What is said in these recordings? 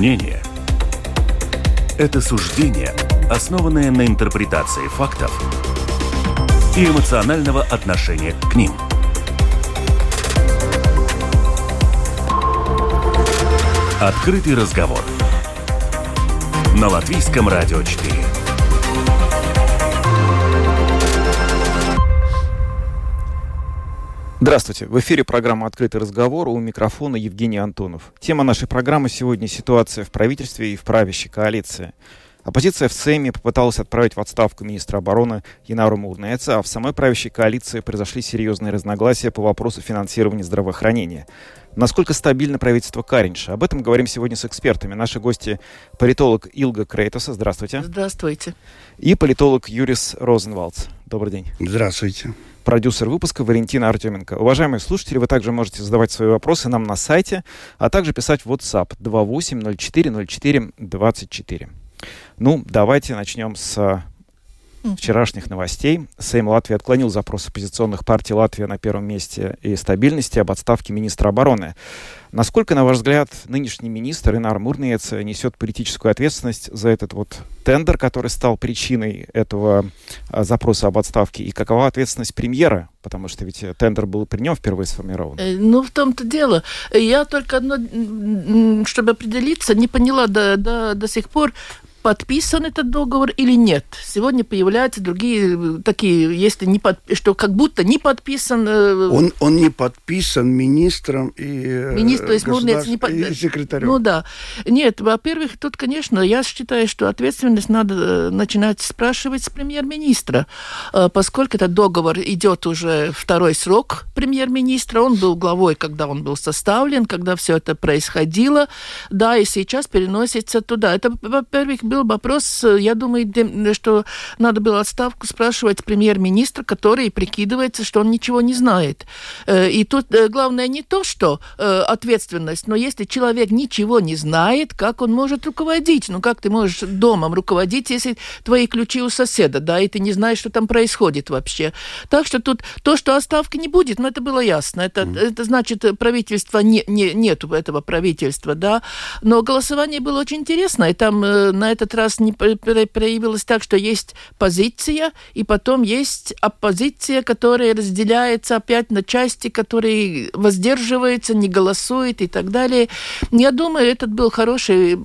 Мнение – это суждение, основанное на интерпретации фактов и эмоционального отношения к ним. Открытый разговор на Латвийском радио 4. Здравствуйте. В эфире программа «Открытый разговор», у микрофона Евгений Антонов. Тема нашей программы сегодня – ситуация в правительстве и в правящей коалиции. Оппозиция в Сейме попыталась отправить в отставку министра обороны Инару Мурниеца, а в самой правящей коалиции произошли серьезные разногласия по вопросу финансирования здравоохранения. Насколько стабильно правительство Каринша? Об этом говорим сегодня с экспертами. Наши гости – политолог Илга Крейтоса. Здравствуйте. Здравствуйте. И политолог Юрис Розенвалдс. Добрый день. Здравствуйте. Продюсер выпуска Валентина Артеменко. Уважаемые слушатели, вы также можете задавать свои вопросы нам на сайте, а также писать в WhatsApp 28040424. Ну, давайте начнем с вчерашних новостей. Сейм Латвии отклонил запрос оппозиционных партий «Латвия на первом месте» и «Стабильности» об отставке министра обороны. Насколько, на ваш взгляд, нынешний министр Инар Мурниец несет политическую ответственность за этот вот тендер, который стал причиной этого запроса об отставке, и какова ответственность премьера? Потому что ведь тендер был при нем впервые сформирован. Ну, в том-то дело. Я только одно, чтобы определиться, не поняла до сих пор, подписан этот договор или нет. Сегодня появляются другие такие, если не что как будто не подписан. Он не подписан министром и секретарем. Ну да. Нет, во-первых, тут, конечно, я считаю, что ответственность надо начинать спрашивать с премьер-министра, поскольку этот договор идет уже второй срок премьер-министра. Он был главой, когда он был составлен, когда все это происходило. Да, и сейчас переносится туда. Это, во-первых, был вопрос, я думаю, что надо было отставку спрашивать премьер-министра, который прикидывается, что он ничего не знает. И тут главное не то, что ответственность, но если человек ничего не знает, как он может руководить? Ну, как ты можешь домом руководить, если твои ключи у соседа, да, и ты не знаешь, что там происходит вообще. Так что тут то, что отставки не будет, ну, это было ясно. Это значит, правительства нету этого правительства, да. Но голосование было очень интересно, и там на этот раз не проявилось так, что есть позиция, и потом есть оппозиция, которая разделяется опять на части, которые воздерживаются, не голосуют и так далее. Я думаю, это был хорошая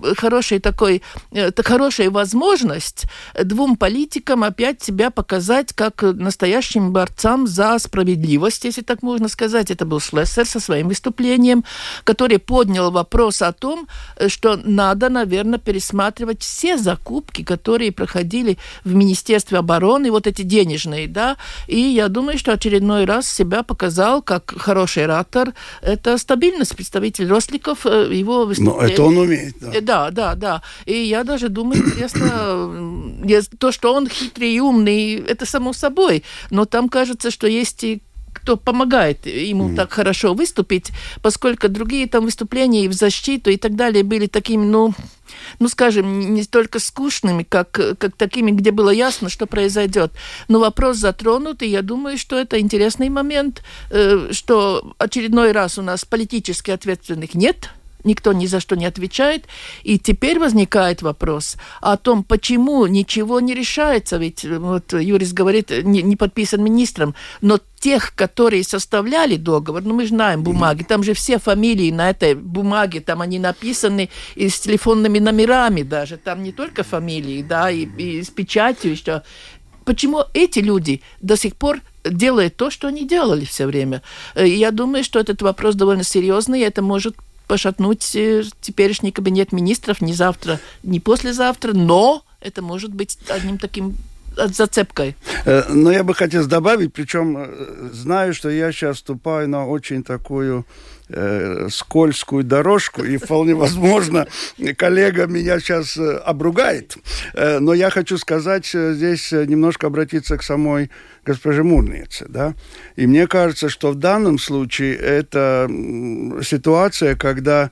возможность двум политикам опять себя показать как настоящим борцам за справедливость, если так можно сказать. Это был Шлессер со своим выступлением, который поднял вопрос о том, что надо, наверное, пересматривать все закупки, которые проходили в Министерстве обороны, вот эти денежные, да, и я думаю, что очередной раз себя показал как хороший оратор. Это стабильность, представитель Росликов, его выступление. Но это он умеет, да. Да. И я даже думаю, интересно, то, что он хитрый и умный, это само собой, но там кажется, что есть и кто помогает ему так хорошо выступить, поскольку другие там выступления и в защиту и так далее были такими, ну скажем, не столько скучными, как такими, где было ясно, что произойдет. Но вопрос затронут, и я думаю, что это интересный момент, что очередной раз у нас политически ответственных нет, никто ни за что не отвечает. И теперь возникает вопрос о том, почему ничего не решается. Ведь вот Юрис говорит, не подписан министром, но тех, которые составляли договор, мы знаем бумаги, там же все фамилии на этой бумаге, там они написаны и с телефонными номерами даже, там не только фамилии, да, и с печатью еще. Почему эти люди до сих пор делают то, что они делали все время? Я думаю, что этот вопрос довольно серьезный, и это может пошатнуть теперешний кабинет министров не завтра, не послезавтра, но это может быть одним таким зацепкой. Но я бы хотел добавить, причем знаю, что я сейчас вступаю на очень такую скользкую дорожку, и вполне возможно, коллега меня сейчас обругает. Но я хочу сказать, здесь немножко обратиться к самой госпоже Мурниеце, да. И мне кажется, что в данном случае это ситуация, когда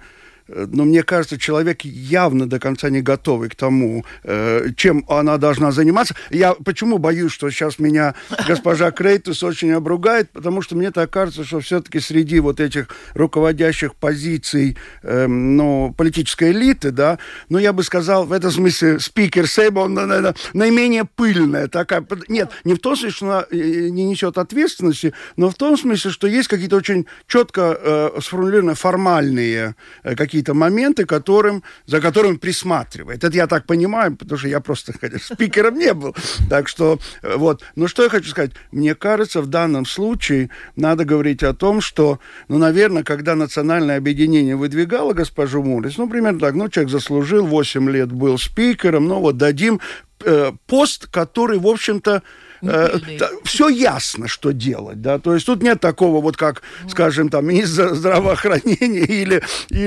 но мне кажется, человек явно до конца не готовый к тому, чем она должна заниматься. Я почему боюсь, что сейчас меня госпожа Крейтус очень обругает, потому что мне так кажется, что все-таки среди вот этих руководящих позиций политической элиты, да, я бы сказал, в этом смысле спикер Сейма, он, наверное, наименее пыльная такая. Нет, не в том смысле, что она не несет ответственности, но в том смысле, что есть какие-то очень четко сформулированные формальные какие-то моменты, за которыми присматривает. Это я так понимаю, потому что я просто, конечно, спикером не был. Так что, вот. Но что я хочу сказать? Мне кажется, в данном случае надо говорить о том, что, наверное, когда национальное объединение выдвигало госпожу Мурнец, примерно так, человек заслужил, 8 лет был спикером, дадим пост, который, в общем-то, все ясно, что делать, да, то есть тут нет такого, вот как, скажем, там, министр здравоохранения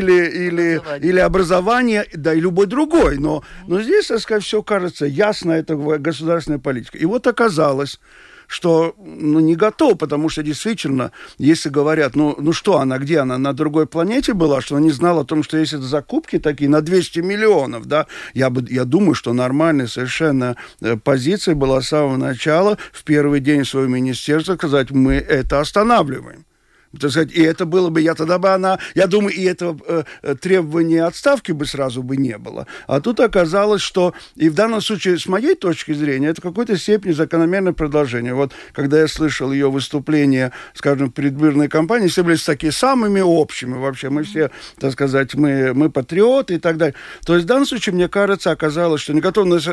или образования, да, и любой другой, но здесь, так сказать, все кажется ясно, это государственная политика. И вот оказалось, что не готов, потому что действительно, если говорят, что она, где она, на другой планете была, что она не знала о том, что есть закупки такие на 200 миллионов, да, я думаю, что нормальная совершенно позиция была с самого начала, в первый день своего министерства сказать, мы это останавливаем. Так сказать, и это было бы, я думаю, и этого требования отставки бы сразу бы не было. А тут оказалось, что, и в данном случае, с моей точки зрения, это в какой-то степени закономерное продолжение. Вот, когда я слышал ее выступление, скажем, в предвыборной кампании, все были такие самыми общими вообще. Мы все, так сказать, мы патриоты и так далее. То есть, в данном случае, мне кажется, оказалось, что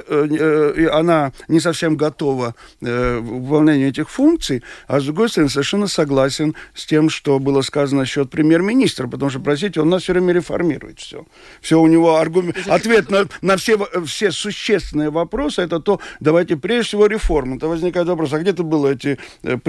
она не совсем готова к выполнению этих функций, а с другой стороны, совершенно согласен с тем, что было сказано насчет премьер-министра, потому что, простите, он нас все время реформирует все. Все у него ответ на все существенные вопросы, это то, давайте прежде всего реформу. То возникает вопрос, а где ты был эти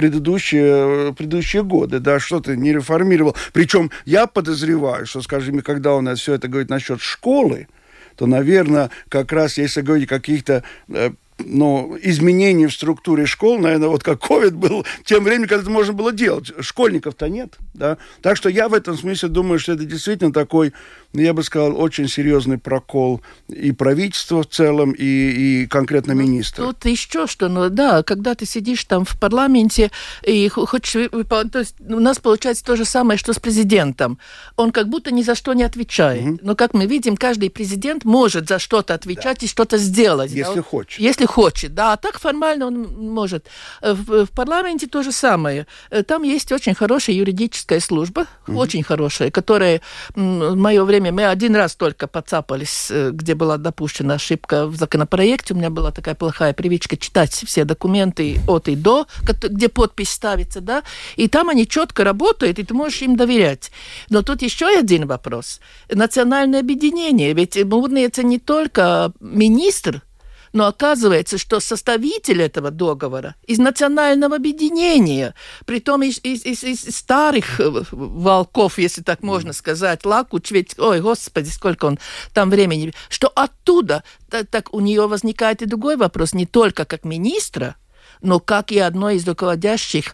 предыдущие годы, да, что ты не реформировал? Причем я подозреваю, что, скажем, когда он все это говорит насчет школы, то, наверное, как раз если говорить о каких-то изменений в структуре школ, наверное, вот как ковид был, тем временем, когда это можно было делать. Школьников-то нет, да. Так что я в этом смысле думаю, что это действительно такой, я бы сказал, очень серьезный прокол и правительства в целом, и конкретно министра. Тут еще что, когда ты сидишь там в парламенте и хочешь... То есть у нас получается то же самое, что с президентом. Он как будто ни за что не отвечает. Угу. Но, как мы видим, каждый президент может за что-то отвечать и что-то сделать. Если хочет. Если хочет, да. А так формально он может. В парламенте то же самое. Там есть очень хорошая юридическая служба, очень хорошая, которая в мое время мы один раз только подцапались, где была допущена ошибка в законопроекте. У меня была такая плохая привычка читать все документы от и до, где подпись ставится, да, и там они четко работают, и ты можешь им доверять. Но тут еще один вопрос. Национальное объединение. Ведь Мурнец не только министр, но оказывается, что составитель этого договора из национального объединения, притом из старых волков, если так можно сказать, Лакуч, ведь, ой, господи, сколько он там времени, что оттуда, так у нее возникает и другой вопрос, не только как министра, но как и одной из руководящих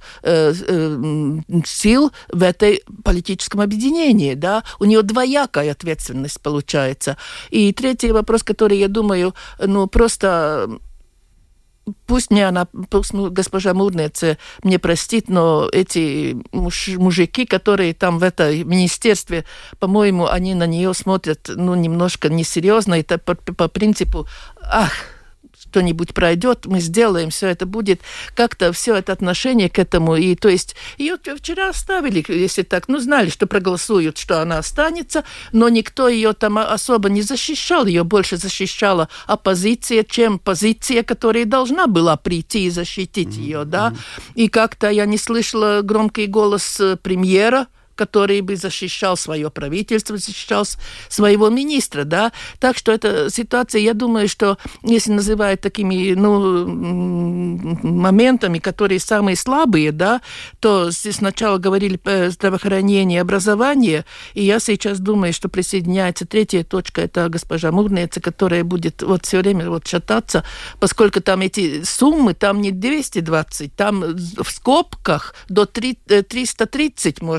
сил в этой политическом объединении, да, у нее двоякая ответственность получается. И третий вопрос, который, я думаю, просто... Пусть госпожа Мурнец мне простит, но эти мужики, которые там в этом министерстве, по-моему, они на нее смотрят, немножко несерьезно, это по принципу, что-нибудь пройдет, мы сделаем, все это будет, как-то все это отношение к этому. И то есть ее вчера оставили, если так, знали, что проголосуют, что она останется, но никто ее там особо не защищал, ее больше защищала оппозиция, чем позиция, которая должна была прийти и защитить ее, да. И как-то я не слышала громкий голос премьера, который бы защищал свое правительство, защищал своего министра, да. Так что эта ситуация, я думаю, что если называют такими, моментами, которые самые слабые, да, то сначала говорили здравоохранение, образование, и я сейчас думаю, что присоединяется третья точка, это госпожа Мурнец, которая будет все время шататься, поскольку там эти суммы, там не 220, там в скобках до 330 можно давать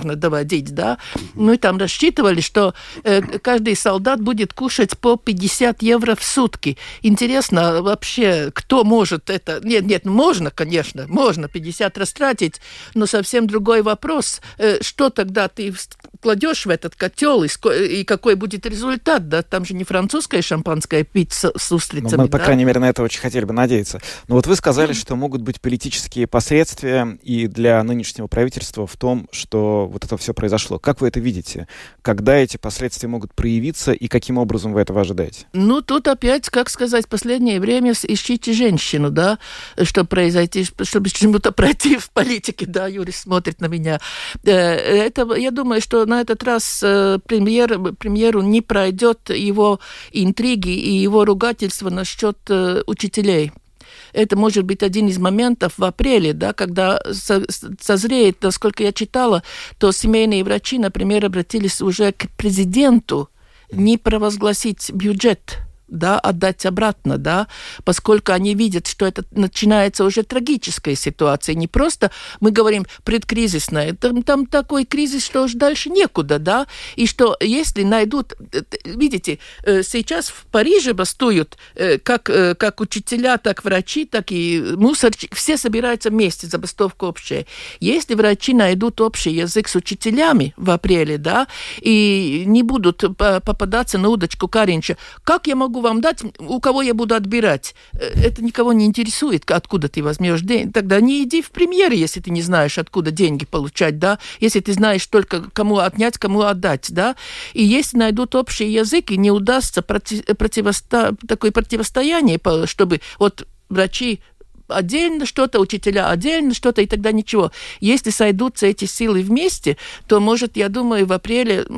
ходить, да. Мы там рассчитывали, что каждый солдат будет кушать по 50 евро в сутки. Интересно, вообще, кто может это... Нет, можно, конечно, можно 50 растратить, но совсем другой вопрос. Что тогда ты кладешь в этот котел, и какой будет результат, да? Там же не французское шампанское пить с устрицами, мы, по крайней мере, на это очень хотели бы надеяться. Но вот вы сказали, что могут быть политические последствия и для нынешнего правительства в том, что вот это все произошло. Как вы это видите? Когда эти последствия могут проявиться и каким образом вы этого ожидаете? Ну, тут опять, как сказать, в последнее время ищите женщину, да, чтобы произойти, чтобы чему-то пройти в политике, да, Юрий смотрит на меня. Это, я думаю, что на этот раз премьеру не пройдет его интриги и его ругательства насчет учителей. Это может быть один из моментов в апреле, да, когда созреет, насколько я читала, то семейные врачи, например, обратились уже к президенту не провозгласить бюджет, да, отдать обратно, да, поскольку они видят, что это начинается уже трагическая ситуация. Не просто, мы говорим, предкризисная, там такой кризис, что уж дальше некуда, да, и что если найдут, видите, сейчас в Париже бастуют как учителя, так врачи, так и мусорщики, все собираются вместе, забастовка общая. Если врачи найдут общий язык с учителями в апреле, да, и не будут попадаться на удочку Каринча, как я могу вам дать, у кого я буду отбирать? Это никого не интересует, откуда ты возьмешь деньги. Тогда не иди в премьеры, если ты не знаешь, откуда деньги получать, да, если ты знаешь только, кому отнять, кому отдать, да, и если найдут общий язык и не удастся такое противостояние, чтобы вот врачи отдельно что-то, учителя отдельно что-то, и тогда ничего. Если сойдутся эти силы вместе, то, может, я думаю, в апреле...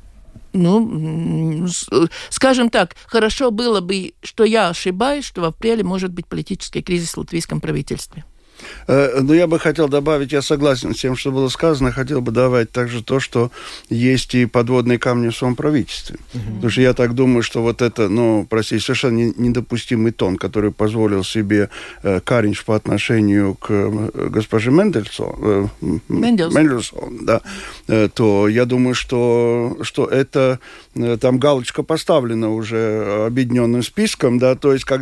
Ну, скажем так, хорошо было бы, что я ошибаюсь, что в апреле может быть политический кризис в латвийском правительстве. Но я бы хотел добавить, я согласен с тем, что было сказано, хотел бы добавить также то, что есть и подводные камни в своем правительстве. Потому что я так думаю, что вот это, простите, совершенно недопустимый тон, который позволил себе Каринч по отношению к госпоже Мендельсон, да, то я думаю, что это там галочка поставлена уже объединенным списком, да, то есть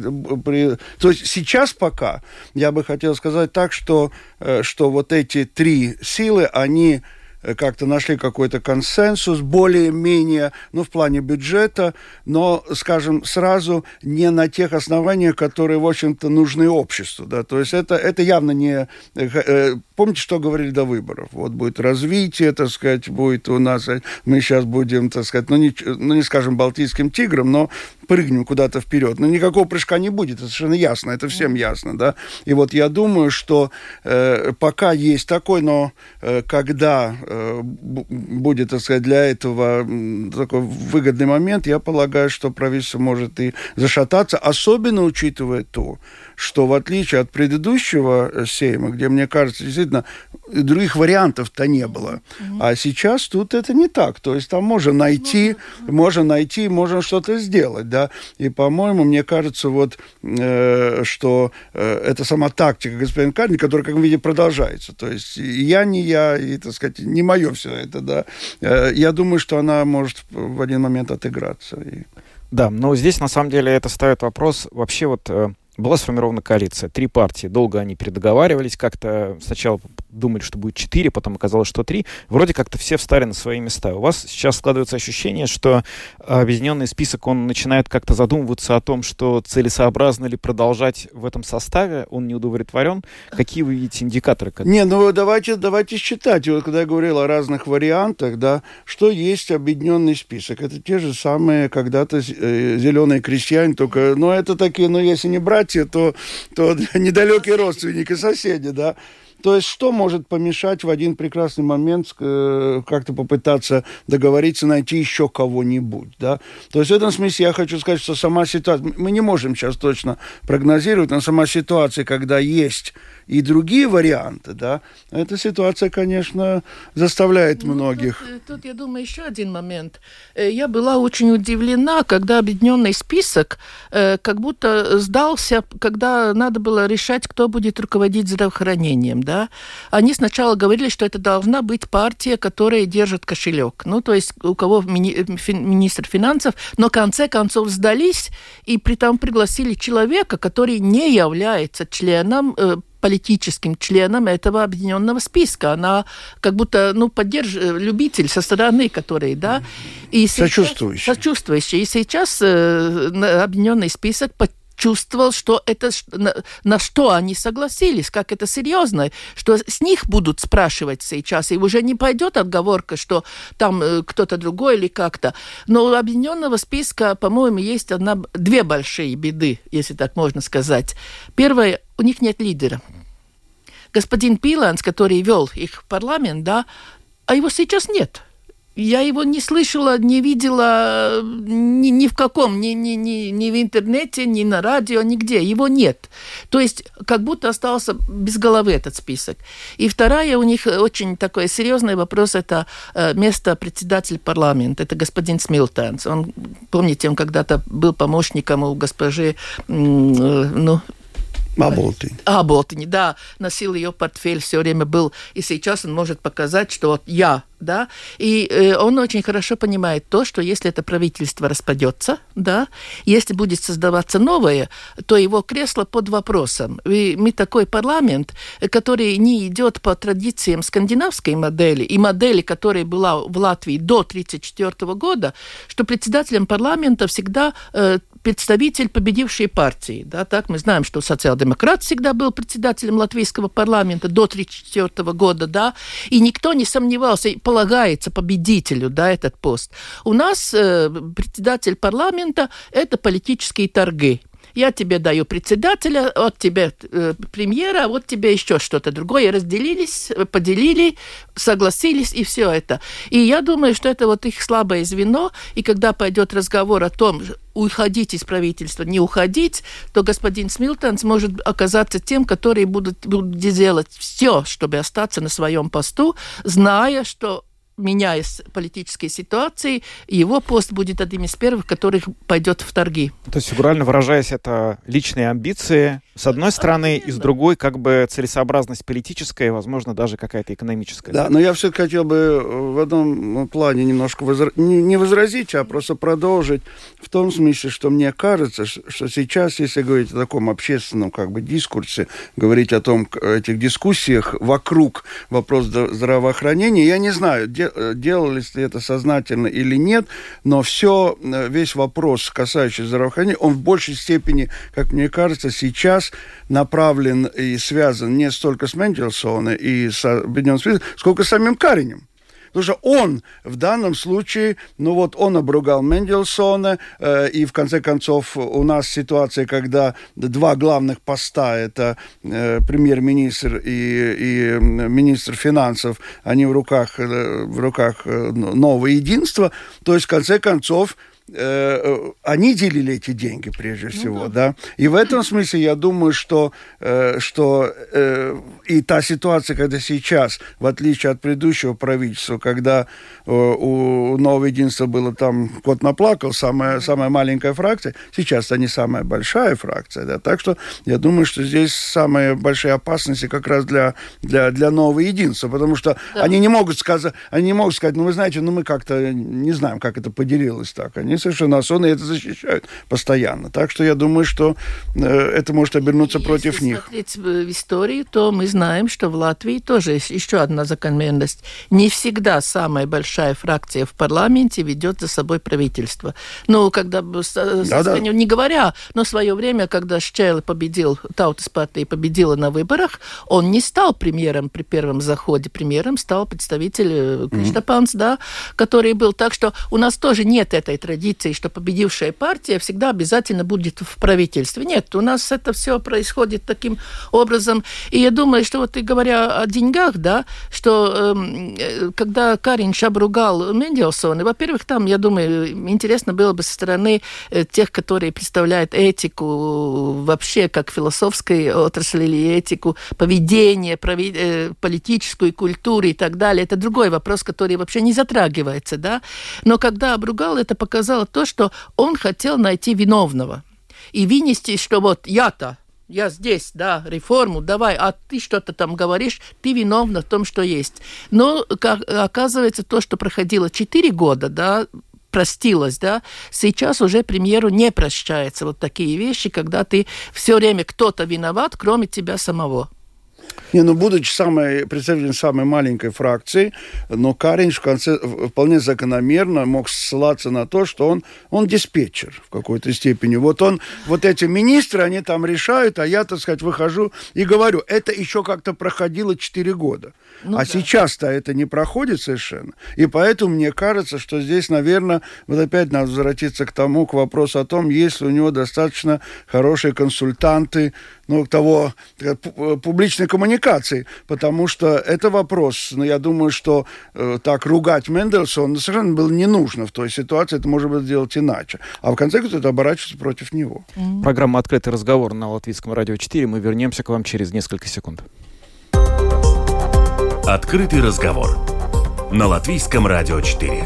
сейчас пока я бы хотел сказать так, что вот эти три силы, они как-то нашли какой-то консенсус, более-менее, в плане бюджета, но, скажем, сразу не на тех основаниях, которые, в общем-то, нужны обществу, да, то есть это явно не... Помните, что говорили до выборов? Вот будет развитие, так сказать, будет у нас, мы сейчас будем, так сказать, не скажем балтийским тигром, но прыгнем куда-то вперед. Но никакого прыжка не будет, это совершенно ясно, это всем ясно, да. И вот я думаю, что пока есть такой, но когда будет, так сказать, для этого такой выгодный момент, я полагаю, что правительство может и зашататься, особенно учитывая то, что в отличие от предыдущего Сейма, где, мне кажется, действительно, других вариантов-то не было. А сейчас тут это не так. То есть там можно найти, можно что-то сделать, да. И, по-моему, мне кажется, вот, что это сама тактика господина Каринча, которая, как мы видим, продолжается. То есть не я, и, так сказать, не мое все это, да. Я думаю, что она может в один момент отыграться. Да, но здесь, на самом деле, это ставит вопрос вообще вот... Была сформирована коалиция, 3 партии. Долго они передоговаривались, как-то сначала думали, что будет 4, потом оказалось, что 3. Вроде как-то все встали на свои места. У вас сейчас складывается ощущение, что объединенный список, он начинает как-то задумываться о том, что целесообразно ли продолжать в этом составе, он не удовлетворен. Какие вы видите индикаторы? Давайте считать. Вот когда я говорил о разных вариантах, да, что есть объединенный список. Это те же самые когда-то зеленые крестьяне, только, это такие, если не брать, то недалекие родственники, соседи, да. То есть что может помешать в один прекрасный момент как-то попытаться договориться, найти еще кого-нибудь, да? То есть в этом смысле я хочу сказать, что сама ситуация... Мы не можем сейчас точно прогнозировать, но сама ситуация, когда есть и другие варианты, да, эта ситуация, конечно, заставляет многих... Тут, я думаю, еще один момент. Я была очень удивлена, когда объединенный список как будто сдался, когда надо было решать, кто будет руководить здравоохранением, да, они сначала говорили, что это должна быть партия, которая держит кошелек. Ну, то есть у кого министр финансов, но в конце концов сдались и притом пригласили человека, который не является членом политическим членом этого объединенного списка. Она как будто, любитель со стороны, который, да. И сочувствующий. И сейчас объединенный список чувствовал, что это на что они согласились, как это серьезно, что с них будут спрашивать сейчас, и уже не пойдет отговорка, что там кто-то другой или как-то. Но у объединенного списка, по-моему, есть две большие беды, если так можно сказать. Первое, у них нет лидера. Господин Пиланс, который вел их в парламент, да, а его сейчас нет. Я его не слышала, не видела ни в каком, ни в интернете, ни на радио, нигде. Его нет. То есть как будто остался без головы этот список. И вторая у них очень такой серьезный вопрос, это место председателя парламента. Это господин Смилтенс. Помните, он когда-то был помощником у госпожи... Аboltiņa, да, носил ее портфель, все время был, и сейчас он может показать, что вот я, да, и он очень хорошо понимает то, что если это правительство распадется, да, если будет создаваться новое, то его кресло под вопросом. И мы такой парламент, который не идет по традициям скандинавской модели, и модели, которая была в Латвии до 1934 года, что председателем парламента всегда представитель победившей партии. Да, так мы знаем, что социал-демократ всегда был председателем латвийского парламента до 1934 года, да, и никто не сомневался, полагается победителю, да, этот пост. У нас председатель парламента – это политические торги. Я тебе даю председателя, вот тебе премьера, вот тебе еще что-то другое. Разделились, поделили, согласились, и все это. И я думаю, что это вот их слабое звено, и когда пойдет разговор о том, уходить из правительства, не уходить, то господин Смилтенс может оказаться тем, который будет делать все, чтобы остаться на своем посту, зная, что меняясь политической ситуации, его пост будет одним из первых, которых пойдет в торги. То есть, фигурально выражаясь, это личные амбиции, с одной стороны, и с другой, как бы целесообразность политическая, возможно, даже какая-то экономическая. Да, но я все-таки хотел бы в одном плане немножко не возразить, а просто продолжить в том смысле, что мне кажется, что сейчас, если говорить о таком общественном дискурсе, говорить о этих дискуссиях вокруг вопроса здравоохранения, я не знаю, делалось ли это сознательно или нет, но весь вопрос, касающийся здравоохранения, он в большей степени, как мне кажется, сейчас направлен и связан не столько с Мендельсоном и с Объединенным списком, сколько с самим Каринем. Потому что он в данном случае, он обругал Мендельсона, и в конце концов у нас ситуация, когда два главных поста, это премьер-министр и министр финансов, они в руках нового единства, то есть в конце концов они делили эти деньги прежде всего, да. И в этом смысле я думаю, что и та ситуация, когда сейчас, в отличие от предыдущего правительства, когда у нового единства было там кот наплакал, самая маленькая фракция, сейчас это не самая большая фракция, да. Так что я думаю, что здесь самые большие опасности как раз для нового единства, потому что они не могут сказать, вы знаете, мы как-то не знаем, как это поделилось так. Они совершенно осознанно это защищают постоянно. Так что я думаю, что это может обернуться против них. Если смотреть в историю, то мы знаем, что в Латвии тоже есть еще одна закономерность. Не всегда самая большая фракция в парламенте ведет за собой правительство. Не говоря, но в свое время, когда Šķele победил, Tautas партия победила на выборах, он не стал премьером при первом заходе. Премьером стал представитель Кришнапанс, да, который был. Так что у нас тоже нет этой традиции, что победившая партия всегда обязательно будет в правительстве. Нет, у нас это все происходит таким образом. И я думаю, что и говоря о деньгах, да, что когда Каринš обругал Мендельсона, во-первых, там, я думаю, интересно было бы со стороны тех, которые представляют этику вообще как философской отрасли или этику поведения, политическую культуру и так далее. Это другой вопрос, который вообще не затрагивается, да. Но когда обругал, это показало то, что он хотел найти виновного и вынести, что я-то я здесь, да, реформу, давай, а ты что-то там говоришь, ты виновна в том, что есть. Но, оказывается, то, что проходило 4 года, да, простилось, да, сейчас уже премьеру не прощается вот такие вещи, когда ты все время кто-то виноват, кроме тебя самого. Будучи представителем самой маленькой фракции, но Кариньш в конце вполне закономерно мог ссылаться на то, что он диспетчер в какой-то степени. Вот эти министры, они там решают, а я, так сказать, выхожу и говорю, это еще как-то проходило 4 года. Сейчас-то это не проходит совершенно. И поэтому мне кажется, что здесь, наверное, вот опять надо возвратиться к вопросу о том, есть ли у него достаточно хорошие консультанты, публичной коммуникации, потому что это вопрос, я думаю, что так ругать Мендельсона совершенно было не нужно в той ситуации, это можно было сделать иначе. А в конце концов это оборачивается против него. Программа «Открытый разговор» на Латвийском радио 4. Мы вернемся к вам через несколько секунд. «Открытый разговор» на Латвийском радио 4.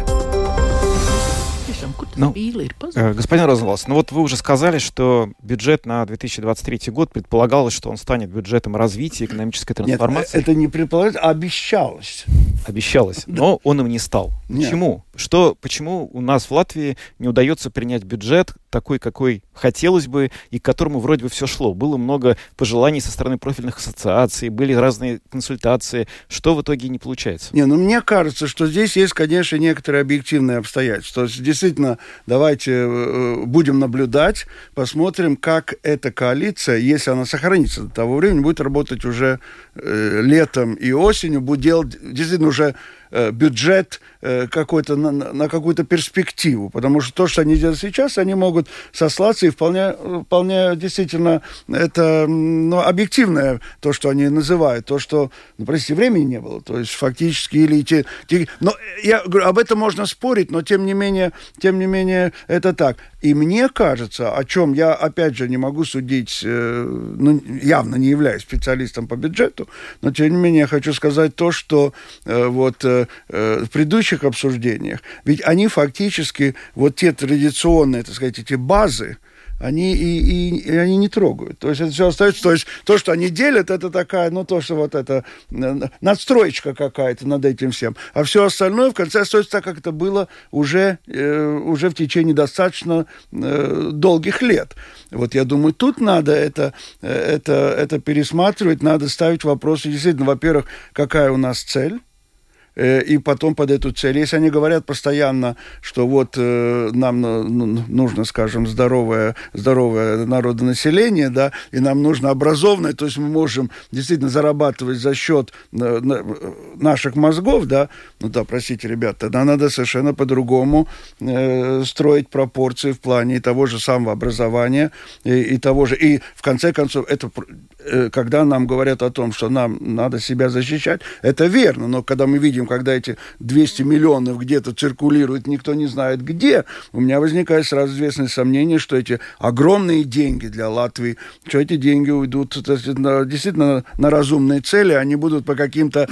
Господин Розенвалдс, вы уже сказали, что бюджет на 2023 год предполагалось, что он станет бюджетом развития, экономической трансформации. Нет, это не предполагалось, а обещалось. Обещалось, но он им не стал. Нет. Почему? Почему у нас в Латвии не удается принять бюджет такой, какой хотелось бы, и к которому вроде бы все шло? Было много пожеланий со стороны профильных ассоциаций, были разные консультации. Что в итоге не получается? Мне кажется, что здесь есть, конечно, некоторые объективные обстоятельства. Действительно, давайте будем наблюдать, посмотрим, как эта коалиция, если она сохранится до того времени, будет работать уже летом и осенью, будет делать действительно уже бюджет какой-то на какую-то перспективу. Потому что то, что они делают сейчас, они могут сослаться, и вполне действительно это объективное, то, что они называют, то, что, времени не было. То есть фактически но я говорю, об этом можно спорить, но тем не менее это так. И мне кажется, о чем я, опять же, не могу судить, явно не являюсь специалистом по бюджету, но тем не менее я хочу сказать то, что в предыдущих обсуждениях, ведь они фактически, те традиционные, так сказать, эти базы, они не трогают. То есть это все остается. То есть то, что они делят, это такая, это надстроечка какая-то над этим всем. А все остальное в конце остается так, как это было уже в течение достаточно долгих лет. Я думаю, тут надо это пересматривать, надо ставить вопросы. Действительно, во-первых, какая у нас цель? И потом под эту цель. Если они говорят постоянно, что нам нужно, скажем, здоровое народонаселение, да, и нам нужно образованное, то есть мы можем действительно зарабатывать за счет наших мозгов, да, простите, ребята, тогда надо совершенно по-другому строить пропорции в плане и того же самого образования, и того же. И в конце концов, это, когда нам говорят о том, что нам надо себя защищать, это верно, но когда мы видим, когда эти 200 миллионов где-то циркулируют, никто не знает где, у меня возникает сразу известное сомнение, что эти огромные деньги для Латвии, что эти деньги уйдут действительно на разумные цели, они будут по каким-то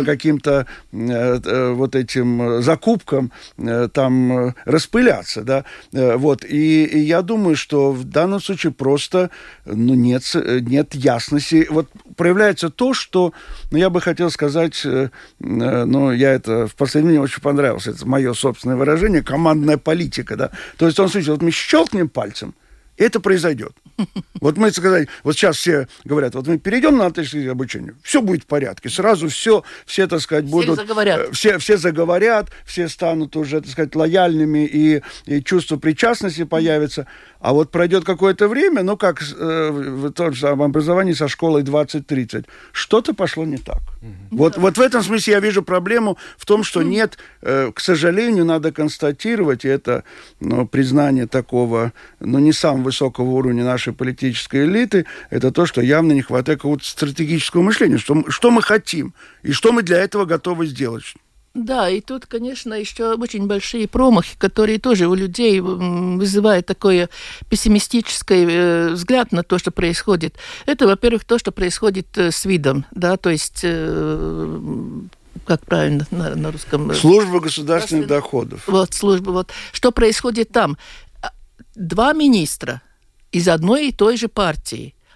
этим закупкам там распыляться, да, и я думаю, что в данном случае просто нет ясности. Проявляется то, что, я бы хотел сказать, я это в последнее время очень понравилось, это мое собственное выражение, командная политика, да. То есть, в том случае, мы щелкнем пальцем, и это произойдет. Мы сказали, сейчас все говорят, мы перейдем на атлетическое обучение, все будет в порядке, сразу все, так сказать, будут... Все заговорят, все станут уже, так сказать, лояльными, и чувство причастности появится. А пройдет какое-то время, как в том же самом образовании со школой 20-30, что-то пошло не так. В этом смысле я вижу проблему в том, что нет, к сожалению, надо констатировать, и это признание такого, не самого высокого уровня нашей политической элиты, это то, что явно не хватает какого-то стратегического мышления, что мы хотим, и что мы для этого готовы сделать. Да, и тут, конечно, еще очень большие промахи, которые тоже у людей вызывают такой пессимистический взгляд на то, что происходит. Это, во-первых, то, что происходит с видом, да, то есть... как правильно на русском? Служба государственных доходов. Служба. Что происходит там? 2 министра из одной и той же партии.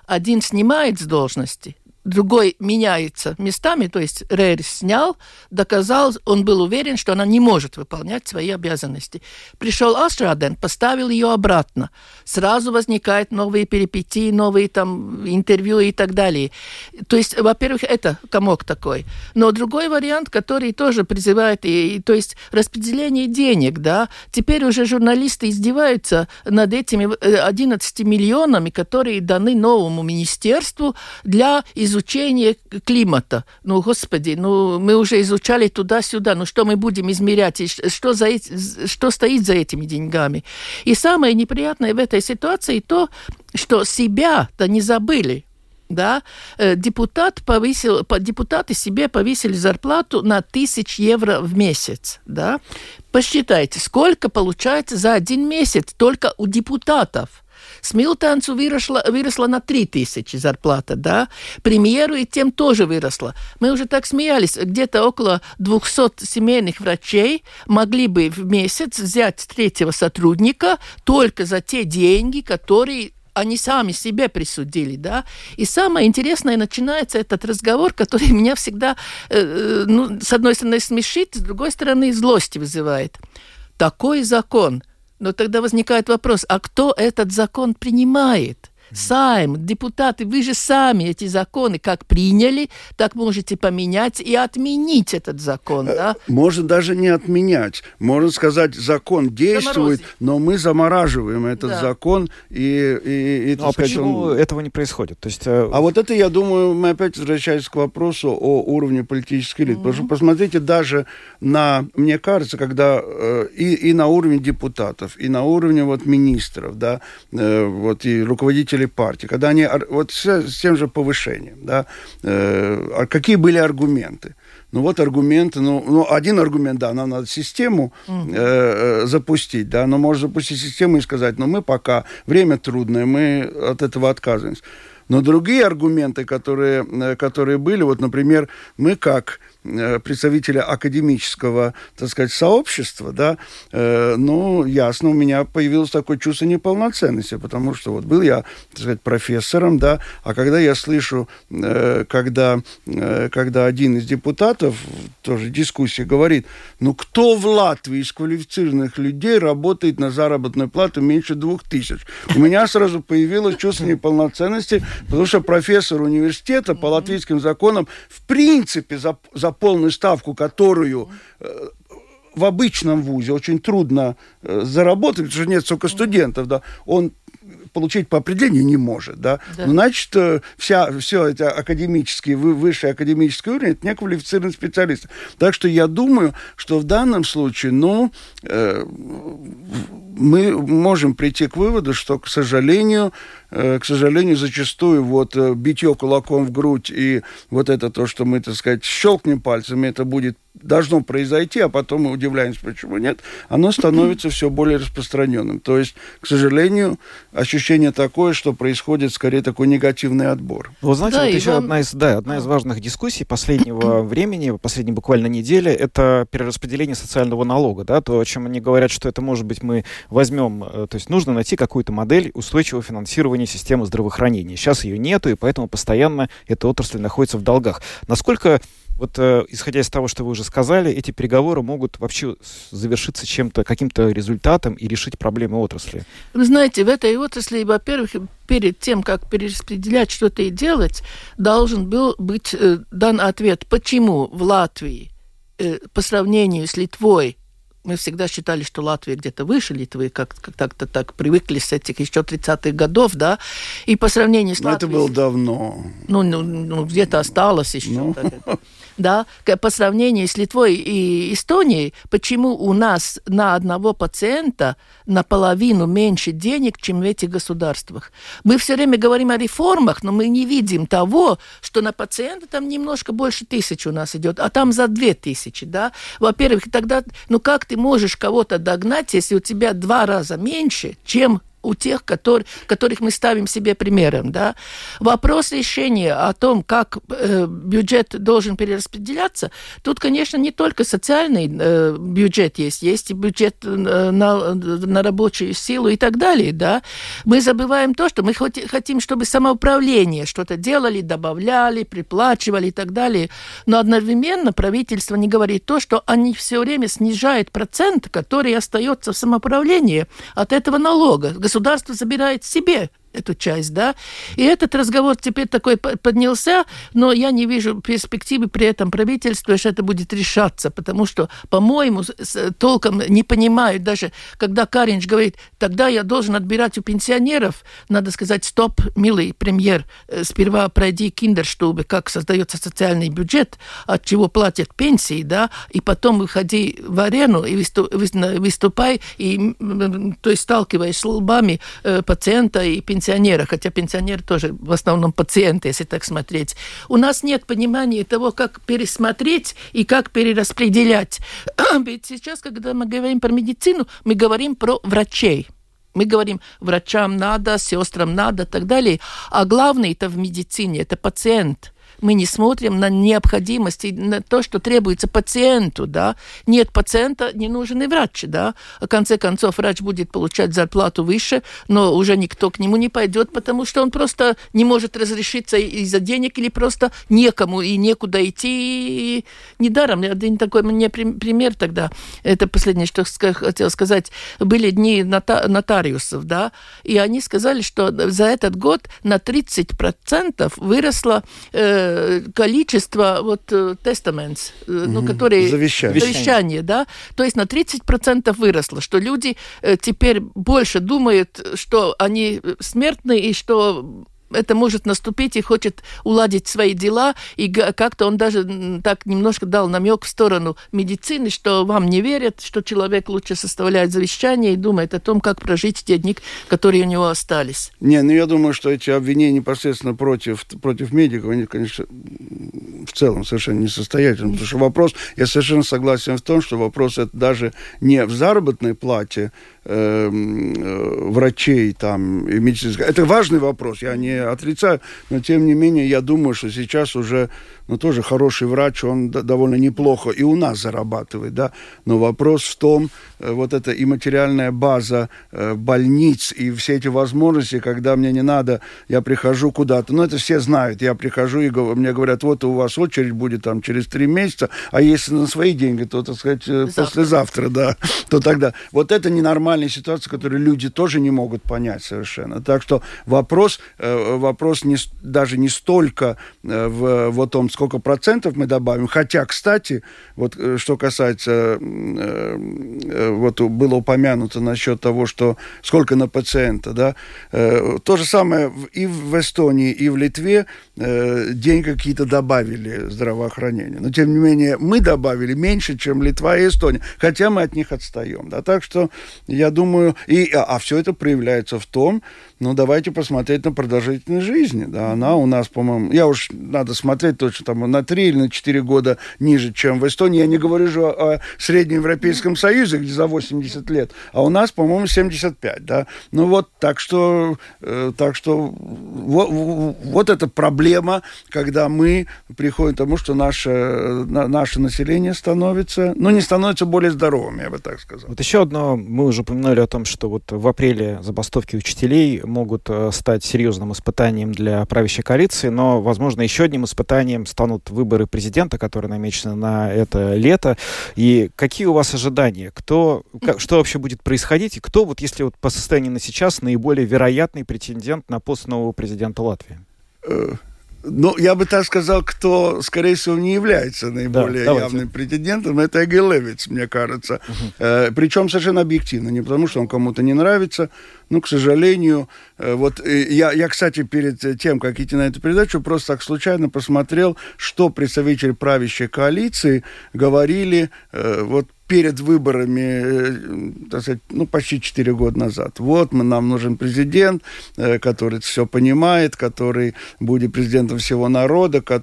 один снимает с должности, другой меняется местами, то есть Рерис снял, доказал, он был уверен, что она не может выполнять свои обязанности. Пришел Астраден, поставил ее обратно. Сразу возникают новые перипетии, новые там интервью и так далее. То есть, во-первых, это комок такой. Но другой вариант, который тоже призывает, то есть распределение денег, да. Теперь уже журналисты издеваются над этими 11 миллионами, которые даны новому министерству для изучения климата. Ну, господи, мы уже изучали туда-сюда. Что мы будем измерять? И что стоит за этими деньгами? И самое неприятное в этой ситуации то, что себя-то не забыли. Да? Депутаты себе повысили зарплату на 1000 евро в месяц. Да? Посчитайте, сколько получается за 1 месяц только у депутатов. Смилтенцу выросла на 3000 зарплата, да? Премьеру и тем тоже выросла. Мы уже так смеялись, где-то около 200 семейных врачей могли бы в месяц взять 3-го сотрудника только за те деньги, которые они сами себе присудили, да. И самое интересное, начинается этот разговор, который меня всегда, с одной стороны, смешит, с другой стороны, злость вызывает. Такой закон. Но тогда возникает вопрос, а кто этот закон принимает? Сайм, депутаты, вы же сами эти законы как приняли, так можете поменять и отменить этот закон, да? Можно даже не отменять. Можно сказать, закон действует, но мы замораживаем этот закон. А почему этого не происходит? То есть, А вот это, я думаю, мы опять возвращаемся к вопросу о уровне политической элиты. Потому что посмотрите, даже мне кажется, когда и на уровне депутатов, и на уровне министров, да, и руководителей партии, когда они с тем же повышением, да, какие были аргументы? Аргументы, один аргумент, да, нам надо систему запустить, да, но можно запустить систему и сказать, мы пока, время трудное, мы от этого отказываемся. Но другие аргументы, которые были, например, мы как представители академического, так сказать, сообщества, да, ясно, у меня появилось такое чувство неполноценности, потому что был я, так сказать, профессором, да, а когда я слышу, когда один из депутатов, тоже в дискуссии, говорит, кто в Латвии из квалифицированных людей работает на заработную плату меньше 2000? У меня сразу появилось чувство неполноценности, потому что профессор университета по латвийским законам в принципе за полную ставку, которую в обычном вузе очень трудно заработать, потому что нет столько студентов, да, он получить по определению не может, да. Значит, все это высший академический уровень, это неквалифицированные специалисты. Так что я думаю, что в данном случае, мы можем прийти к выводу, что, к сожалению, зачастую битье кулаком в грудь и это то, что мы, так сказать, щелкнем пальцами, это должно произойти, а потом мы удивляемся, почему нет, оно становится все более распространенным. То есть, к сожалению, ощущение такое, что происходит скорее такой негативный отбор. Вы знаете, еще одна из важных дискуссий последнего времени, последней буквально недели, это перераспределение социального налога, да, то, о чем они говорят, что это, может быть, мы возьмем, то есть нужно найти какую-то модель устойчивого финансирования системы здравоохранения. Сейчас ее нету, и поэтому постоянно эта отрасль находится в долгах. Насколько, исходя из того, что вы уже сказали, эти переговоры могут вообще завершиться каким-то результатом и решить проблемы отрасли? Вы знаете, в этой отрасли, во-первых, перед тем, как перераспределять что-то и делать, должен был быть дан ответ, почему в Латвии по сравнению с Литвой, мы всегда считали, что Латвия где-то выше Литвы, как-то так привыкли с этих еще 30-х годов, да, и по сравнению с Латвией... это было давно. Где-то осталось еще. Да, по сравнению с Литвой и Эстонией, почему у нас на одного пациента наполовину меньше денег, чем в этих государствах. Мы все время говорим о реформах, но мы не видим того, что на пациента там немножко больше 1000 у нас идет, а там за 2000, да. Во-первых, тогда, как ты можешь кого-то догнать, если у тебя 2 раза меньше, чем у тех, которых мы ставим себе примером. Да? Вопрос решения о том, как бюджет должен перераспределяться, тут, конечно, не только социальный бюджет есть и бюджет на рабочую силу и так далее. Да? Мы забываем то, что мы хотим, чтобы самоуправление что-то делали, добавляли, приплачивали и так далее. Но одновременно правительство не говорит то, что они все время снижают процент, который остается в самоуправлении от этого налога. Государство забирает себе эту часть, да, и этот разговор теперь такой поднялся, но я не вижу перспективы при этом правительства, что это будет решаться, потому что, по-моему, толком не понимают, даже когда Каринч говорит, тогда я должен отбирать у пенсионеров, надо сказать, стоп, милый премьер, сперва пройди киндерштубы, как создается социальный бюджет, от чего платят пенсии, да, и потом выходи в арену и выступай, и, то есть сталкиваясь с лбами пациента и пенсионера, хотя пенсионеры тоже в основном пациенты, если так смотреть. У нас нет понимания того, как пересмотреть и как перераспределять. Ведь сейчас, когда мы говорим про медицину, мы говорим про врачей. Мы говорим, врачам надо, сестрам надо и так далее. А главное это в медицине, это пациент. Мы не смотрим на необходимость и на то, что требуется пациенту, да. Нет пациента, не нужен и врач, да. В конце концов, врач будет получать зарплату выше, но уже никто к нему не пойдет, потому что он просто не может разрешиться из-за денег или просто некому и некуда идти. И недаром, один такой мне пример тогда, это последнее, что хотел сказать, были дни нотариусов, да, и они сказали, что за этот год на 30% выросло количество тестаментс, которые завещания, да, то есть на 30% выросло, что люди теперь больше думают, что они смертны и что это может наступить и хочет уладить свои дела, и как-то он даже так немножко дал намек в сторону медицины, что вам не верят, что человек лучше составляет завещание и думает о том, как прожить те дни, которые у него остались. Не, я думаю, что эти обвинения непосредственно против медиков, они, конечно, в целом совершенно несостоятельны, потому что вопрос, я совершенно согласен в том, что вопрос это даже не в заработной плате врачей там и медицинской. Это важный вопрос, я не отрицаю, но тем не менее я думаю, что сейчас уже тоже хороший врач, он довольно неплохо и у нас зарабатывает, да, но вопрос в том, вот эта и материальная база больниц и все эти возможности, когда мне не надо, я прихожу куда-то, это все знают, я прихожу и мне говорят, вот у вас очередь будет там через 3 месяца, а если на свои деньги, то, так сказать, послезавтра, да, то тогда. Вот это ненормальная ситуация, которую люди тоже не могут понять совершенно. Так что вопрос даже не столько в том, сколько процентов мы добавим, хотя, кстати, вот что касается, вот было упомянуто насчет того, что сколько на пациента, да, то же самое и в Эстонии, и в Литве деньги какие-то добавили здравоохранению. Но, тем не менее, мы добавили меньше, чем Литва и Эстония, хотя мы от них отстаем, да, так что я думаю, а все это проявляется в том, давайте посмотреть на продолжительность жизни, да, она у нас, по-моему, надо смотреть точно, там, на 3 или на 4 года ниже, чем в Эстонии, я не говорю же о Среднеевропейском Союзе, где за 80 лет, а у нас, по-моему, 75, да, так что вот эта проблема, когда мы приходим к тому, что наше население становится, не становится более здоровым, я бы так сказал. Вот еще одно, мы уже упоминали о том, что вот в апреле забастовки учителей могут стать серьезным испытанием для правящей коалиции, но, возможно, еще одним испытанием станут выборы президента, которые намечены на это лето. И какие у вас ожидания? Что вообще будет происходить? И кто, если по состоянию на сейчас, наиболее вероятный претендент на пост нового президента Латвии? Я бы так сказал, кто, скорее всего, не является наиболее явным претендентом, это Эгил Левитс, мне кажется. Причем совершенно объективно, не потому, что он кому-то не нравится, к сожалению. Я, кстати, перед тем, как идти на эту передачу, просто так случайно посмотрел, что представители правящей коалиции говорили перед выборами, так сказать, почти 4 года назад. Вот нам нужен президент, который все понимает, который будет президентом всего народа, за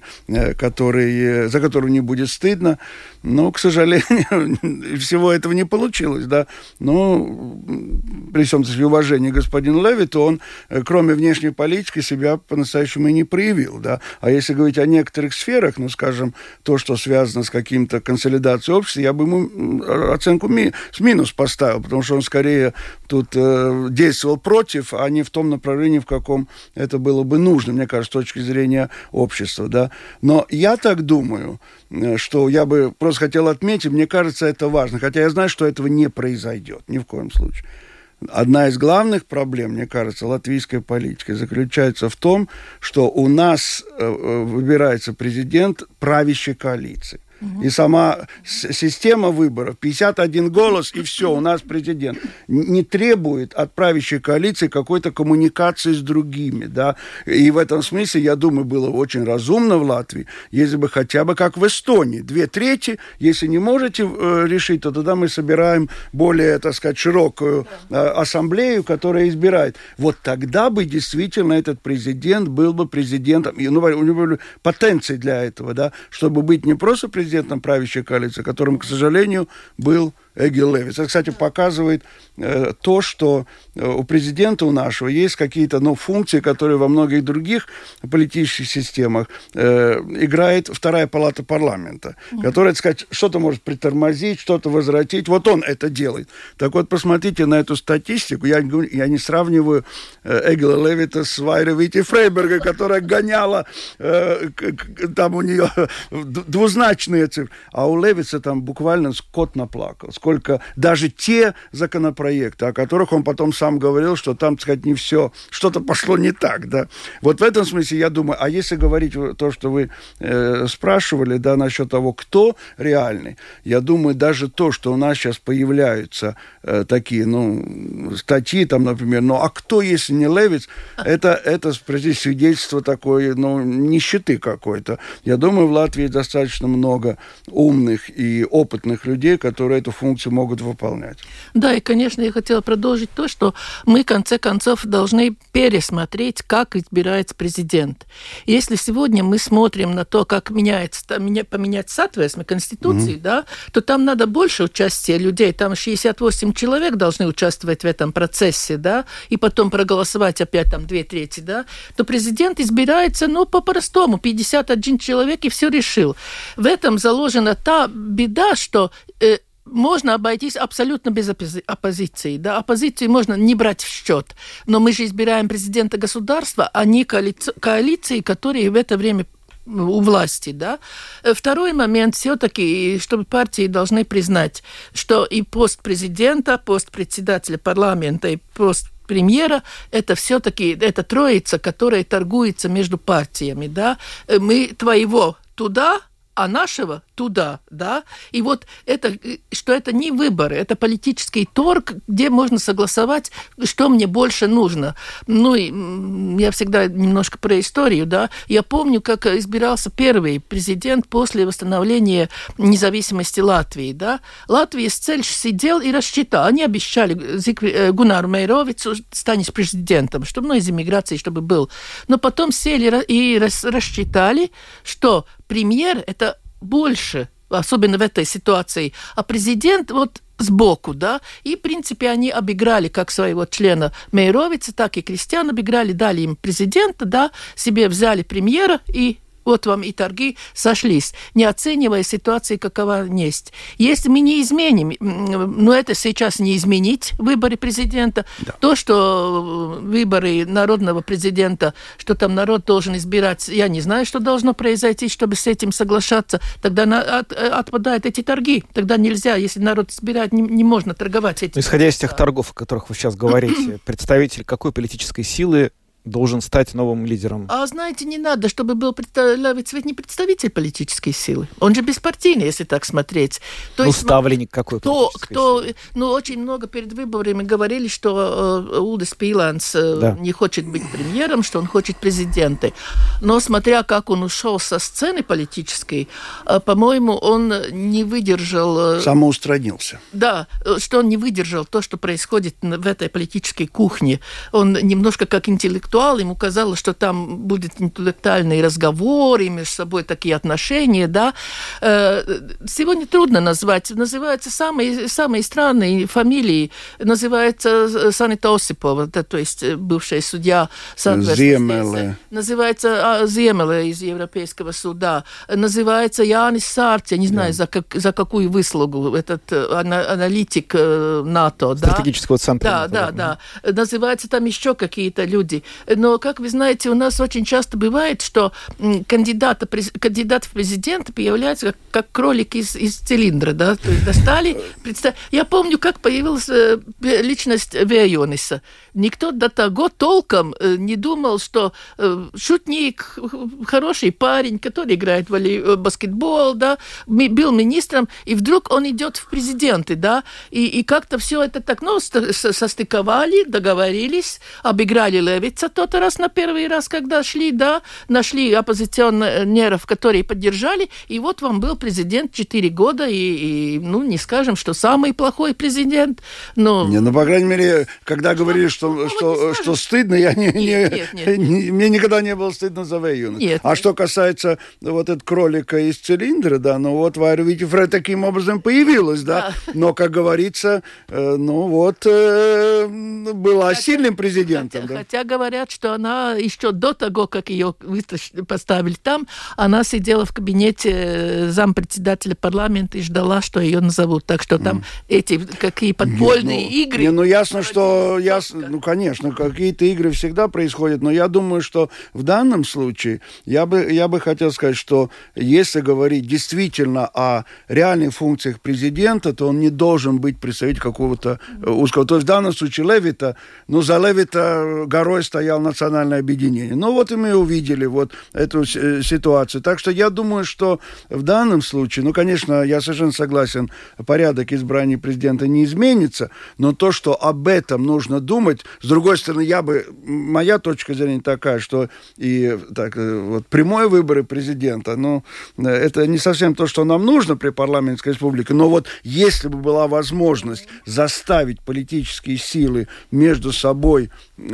которого не будет стыдно. Но, к сожалению, всего этого не получилось, да. Но при всем уважении господину Левиту, он, кроме внешней политики, себя по-настоящему и не проявил, да. А если говорить о некоторых сферах, скажем, то, что связано с каким-то консолидацией общества, я бы ему оценку с минус поставил, потому что он скорее тут действовал против, а не в том направлении, в каком это было бы нужно, мне кажется, с точки зрения общества, да. Но я так думаю, что я бы просто хотел отметить, мне кажется, это важно, хотя я знаю, что этого не произойдет, ни в коем случае. Одна из главных проблем, мне кажется, латвийской политики заключается в том, что у нас выбирается президент правящей коалиции. И сама система выборов, 51 голос, и все, у нас президент, не требует от правящей коалиции какой-то коммуникации с другими, да. И в этом смысле, я думаю, было очень разумно в Латвии, если бы хотя бы как в Эстонии, 2/3, если не можете решить, то тогда мы собираем более, так сказать, широкую ассамблею, которая избирает. Вот тогда бы действительно этот президент был бы президентом, у него были потенции для этого, да, чтобы быть не просто президентом правящей коалиции, которым, к сожалению, был Эгил Левитс. Это, кстати, показывает то, что у президента у нашего есть какие-то функции, которые во многих других политических системах играет вторая палата парламента, которая, так сказать, что-то может притормозить, что-то возвратить. Вот он это делает. Так вот, посмотрите на эту статистику. Я не сравниваю Эгила Левита с Вайре Вити Фрейберга, которая гоняла, там у нее двузначные цифры. А у Левитса там буквально скот наплакал. Сколько даже те законопроекты, о которых он потом сам говорил, что там, так сказать, не все, что-то пошло не так, да. Вот в этом смысле я думаю, а если говорить то, что вы спрашивали, да, насчет того, кто реальный, я думаю, даже то, что у нас сейчас появляются такие, статьи там, например, а кто, если не Левитс, это свидетельство такой, нищеты какой-то. Я думаю, в Латвии достаточно много умных и опытных людей, которые эту функцию могут выполнять. Да, и, конечно, я хотела продолжить то, что мы, в конце концов, должны пересмотреть, как избирается президент. Если сегодня мы смотрим на то, как поменять соответственно Конституции, да, то там надо больше участия людей. Там 68 человек должны участвовать в этом процессе, да, и потом проголосовать опять там 2/3, да, то президент избирается, по-простому, 51 человек, и все решил. В этом заложена та беда, что можно обойтись абсолютно без оппозиции. Да? Оппозицию можно не брать в счет. Но мы же избираем президента государства, а не коалиции, которые в это время у власти. Да? Второй момент все-таки, чтобы партии должны признать, что и пост президента, пост председателя парламента и пост премьера – это все-таки эта троица, которая торгуется между партиями. Да? Мы твоего туда, а нашего туда, да, и вот это, что это не выборы, это политический торг, где можно согласовать, что мне больше нужно. И я всегда немножко про историю, да, я помню, как избирался первый президент после восстановления независимости Латвии, да, Латвийс ceļš сидел и рассчитал, они обещали Гунару Мейровицу станешь президентом, чтобы, из эмиграции, чтобы был, но потом сели и рассчитали, что премьер – это больше, особенно в этой ситуации, а президент сбоку, да, и, в принципе, они обыграли как своего члена Мейровица, так и Кристиан обыграли, дали им президента, да, себе взяли премьера и вот вам и торги сошлись, не оценивая ситуации, какова есть. Если мы не изменим, это сейчас не изменить выборы президента, да. То, что выборы народного президента, что там народ должен избирать, я не знаю, что должно произойти, чтобы с этим соглашаться, тогда отпадают эти торги. Тогда нельзя, если народ избирает, не можно торговать этим. Исходя из тех торгов, о которых вы сейчас говорите, представитель какой политической силы должен стать новым лидером? А знаете, не надо, чтобы был не представитель политической силы. Он же беспартийный, если так смотреть. То есть, ставленник какой политической силы? Очень много перед выборами говорили, что Улдис Пīlēns не хочет быть премьером, что он хочет президента. Но смотря как он ушел со сцены политической, по-моему, он не выдержал... Самоустранился. Да, что он не выдержал то, что происходит в этой политической кухне. Он немножко как интеллектуал, ему казалось, что там будет интеллектуальный разговор, и между собой такие отношения, да. Сегодня трудно назвать. Называются самые странные фамилии. Называется Санита Осипова, то есть бывшая судья Ziemele. Называется Ziemele из Европейского суда. Называется Jānis Sārts, я не знаю, за какую выслугу, этот аналитик НАТО. Стратегического центра. Да. Называются там еще какие-то люди. Но, как вы знаете, у нас очень часто бывает, что кандидат в президенты появляется как кролик из цилиндра, да, то есть достали. Я помню, как появилась личность Vējonis. Никто до того толком не думал, что шутник, хороший парень, который играет в баскетбол, да, был министром, и вдруг он идет в президенты, да, и как-то все это так, состыковали, договорились, обыграли Левица тот раз на первый раз, когда шли, да, нашли оппозиционеров, которые поддержали, и вот вам был президент 4 года, и не скажем, что самый плохой президент, но... по крайней мере, когда говорили, что стыдно, мне никогда не было стыдно за Vējonis. А что касается вот этого кролика из цилиндра, да, Вайра Витифре таким образом появилась, да, но, как говорится, была сильным президентом. Хотя говорят, что она еще до того, как ее поставили там, она сидела в кабинете зампредседателя парламента и ждала, что ее назовут. Так что там эти какие подпольные игры... ясно, что... конечно, какие-то игры всегда происходят, но я думаю, что в данном случае я бы хотел сказать, что если говорить действительно о реальных функциях президента, то он не должен быть представителем какого-то узкого... То есть в данном случае Левита, за Левита горой стоял национальное объединение. И мы увидели эту ситуацию. Так что я думаю, что в данном случае, конечно, я совершенно согласен, порядок избрания президента не изменится, но то, что об этом нужно думать, с другой стороны, моя точка зрения такая, что прямые выборы президента, это не совсем то, что нам нужно при парламентской республике, но если бы была возможность заставить политические силы между собой,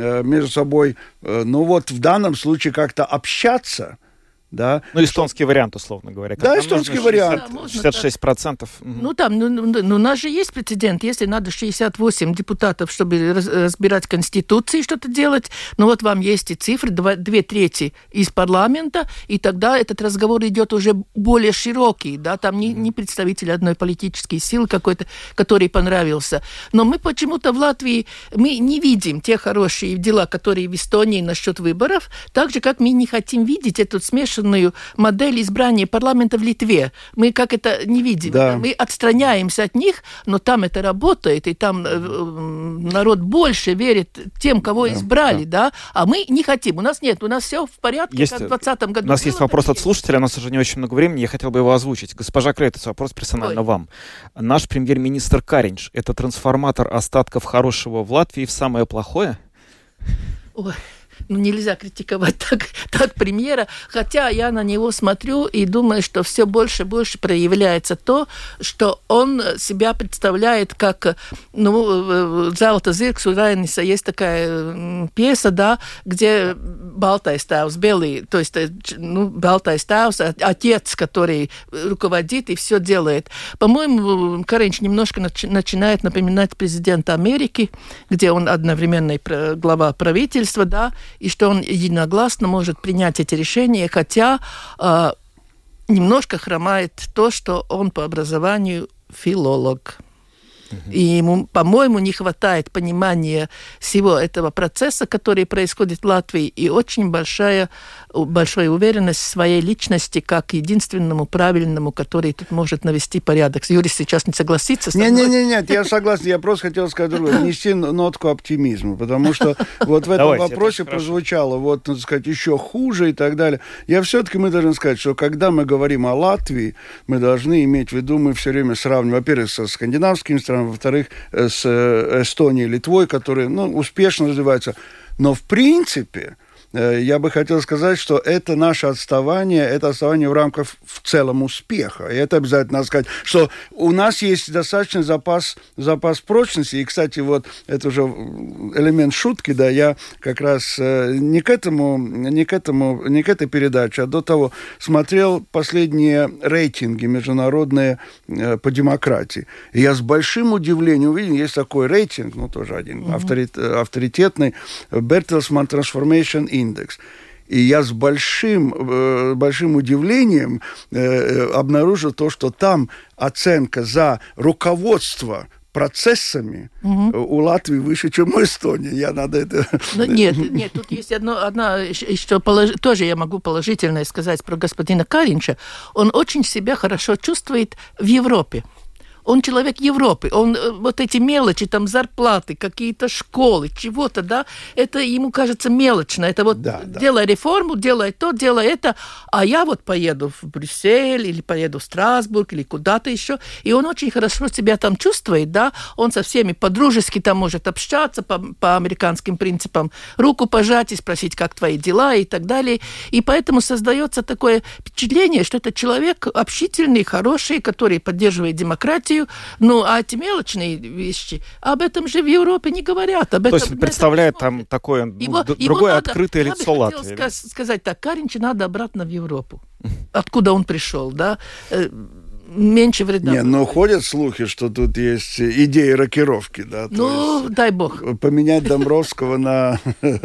в данном случае как-то общаться, да. Эстонский вариант, условно говоря. Да, эстонский вариант. 66%. У нас же есть прецедент. Если надо 68 депутатов, чтобы разбирать Конституцию, что-то делать, вам есть и цифры, 2/3 из парламента, и тогда этот разговор идет уже более широкий, да, там не представитель одной политической силы какой-то, который понравился. Но мы почему-то в Латвии, мы не видим те хорошие дела, которые в Эстонии насчет выборов, так же, как мы не хотим видеть эту смешанную модель избрания парламента в Литве. Мы как это не видим. Да. Мы отстраняемся от них, но там это работает, и там народ больше верит тем, кого избрали, да. А мы не хотим. У нас нет, у нас все в порядке, как в 2020 году. У нас есть вопрос от слушателя, у нас уже не очень много времени, я хотел бы его озвучить. Госпожа Крейтус, вопрос персонально вам. Наш премьер-министр Каринч — это трансформатор остатков хорошего в Латвии в самое плохое? Ой. Нельзя критиковать так премьера, хотя я на него смотрю и думаю, что все больше и больше проявляется то, что он себя представляет как, «Zelta zirgs» у Rainis есть такая пьеса, да, где baltais tēvs, белый, то есть baltais tēvs, отец, который руководит и все делает. По-моему, Каринч немножко начинает напоминать президента Америки, где он одновременно глава правительства, да, и что он единогласно может принять эти решения, хотя немножко хромает то, что он по образованию филолог. И ему, по-моему, не хватает понимания всего этого процесса, который происходит в Латвии, и очень большая уверенность в своей личности как единственному правильному, который тут может навести порядок. Юрий сейчас не согласится с тобой? Нет, я согласен. Я просто хотел сказать другое. Внести нотку оптимизма, потому что вот в этом вопросе прозвучало, вот, так сказать, еще хуже и так далее. Мы должны сказать, что когда мы говорим о Латвии, мы должны иметь в виду, мы все время сравниваем, во-первых, со скандинавскими странами, во-вторых, с Эстонией, Литвой, которые, успешно развиваются. Но, в принципе, я бы хотел сказать, что это наше отставание, это отставание в рамках в целом успеха. И это обязательно надо сказать, что у нас есть достаточный запас прочности. И, кстати, вот это уже элемент шутки, да, я как раз не к этой передаче, а до того смотрел последние рейтинги международные по демократии. И я с большим удивлением увидел, есть такой рейтинг, тоже один авторитетный, Bertelsmann Transformation Индекс. И я с большим удивлением обнаружил то, что там оценка за руководство процессами у Латвии выше, чем у Эстонии. Нет, тут есть одна, что тоже я могу положительное сказать про господина Каринча. Он очень себя хорошо чувствует в Европе. Он человек Европы, он вот эти мелочи, там зарплаты, какие-то школы, чего-то, да, это ему кажется мелочно. Это вот делай реформу, делай то, делай это, а я вот поеду в Брюссель или поеду в Страсбург или куда-то еще, и он очень хорошо себя там чувствует, да, он со всеми по-дружески там может общаться по американским принципам, руку пожать и спросить, как твои дела и так далее, и поэтому создается такое впечатление, что это человек общительный, хороший, который поддерживает демократию. А эти мелочные вещи, об этом же в Европе не говорят. То есть представляет там такое другое открытое лицо Латвии. Я бы хотела сказать так, Каринча надо обратно в Европу. Откуда он пришел, да? Меньше вреда. Ходят слухи, что тут есть идеи рокировки, да? Дай бог. Поменять Домбровского на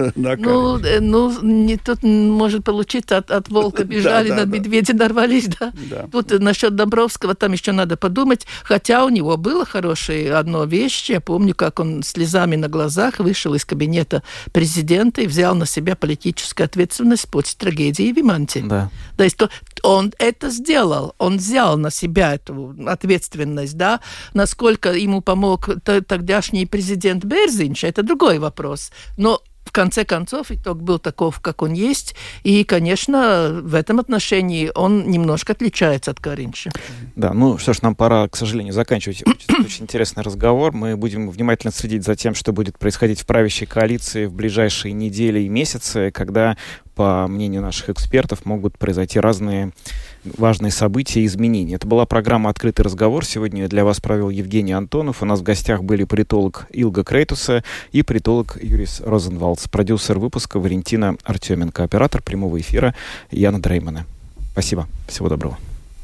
Каринча. Тут может получиться, от волка бежали, на медведя нарвались, да? Тут насчет Домбровского там еще надо подумать, хотя у него было хорошее одно вещь, я помню, как он слезами на глазах вышел из кабинета президента и взял на себя политическую ответственность после трагедии в Виманте. Да. То есть он это сделал, он взял на себя эту ответственность, да, насколько ему помог тогдашний президент Берзинч, это другой вопрос. Но в конце концов итог был таков, как он есть, и, конечно, в этом отношении он немножко отличается от Каринча. Да, что ж, нам пора, к сожалению, заканчивать очень интересный разговор. Мы будем внимательно следить за тем, что будет происходить в правящей коалиции в ближайшие недели и месяцы, когда, по мнению наших экспертов, могут произойти разные важные события и изменения. Это была программа «Открытый разговор». Сегодня для вас провел Евгений Антонов. У нас в гостях были политолог Илга Крейтуса и политолог Юрис Розенвалдс. Продюсер выпуска Валентина Артеменко. Оператор прямого эфира Яна Дреймана. Спасибо. Всего доброго.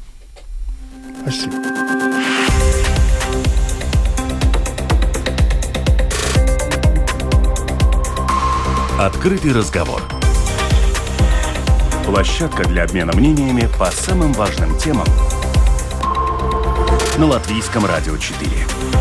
Спасибо. «Открытый разговор». Площадка для обмена мнениями по самым важным темам на Латвийском радио 4.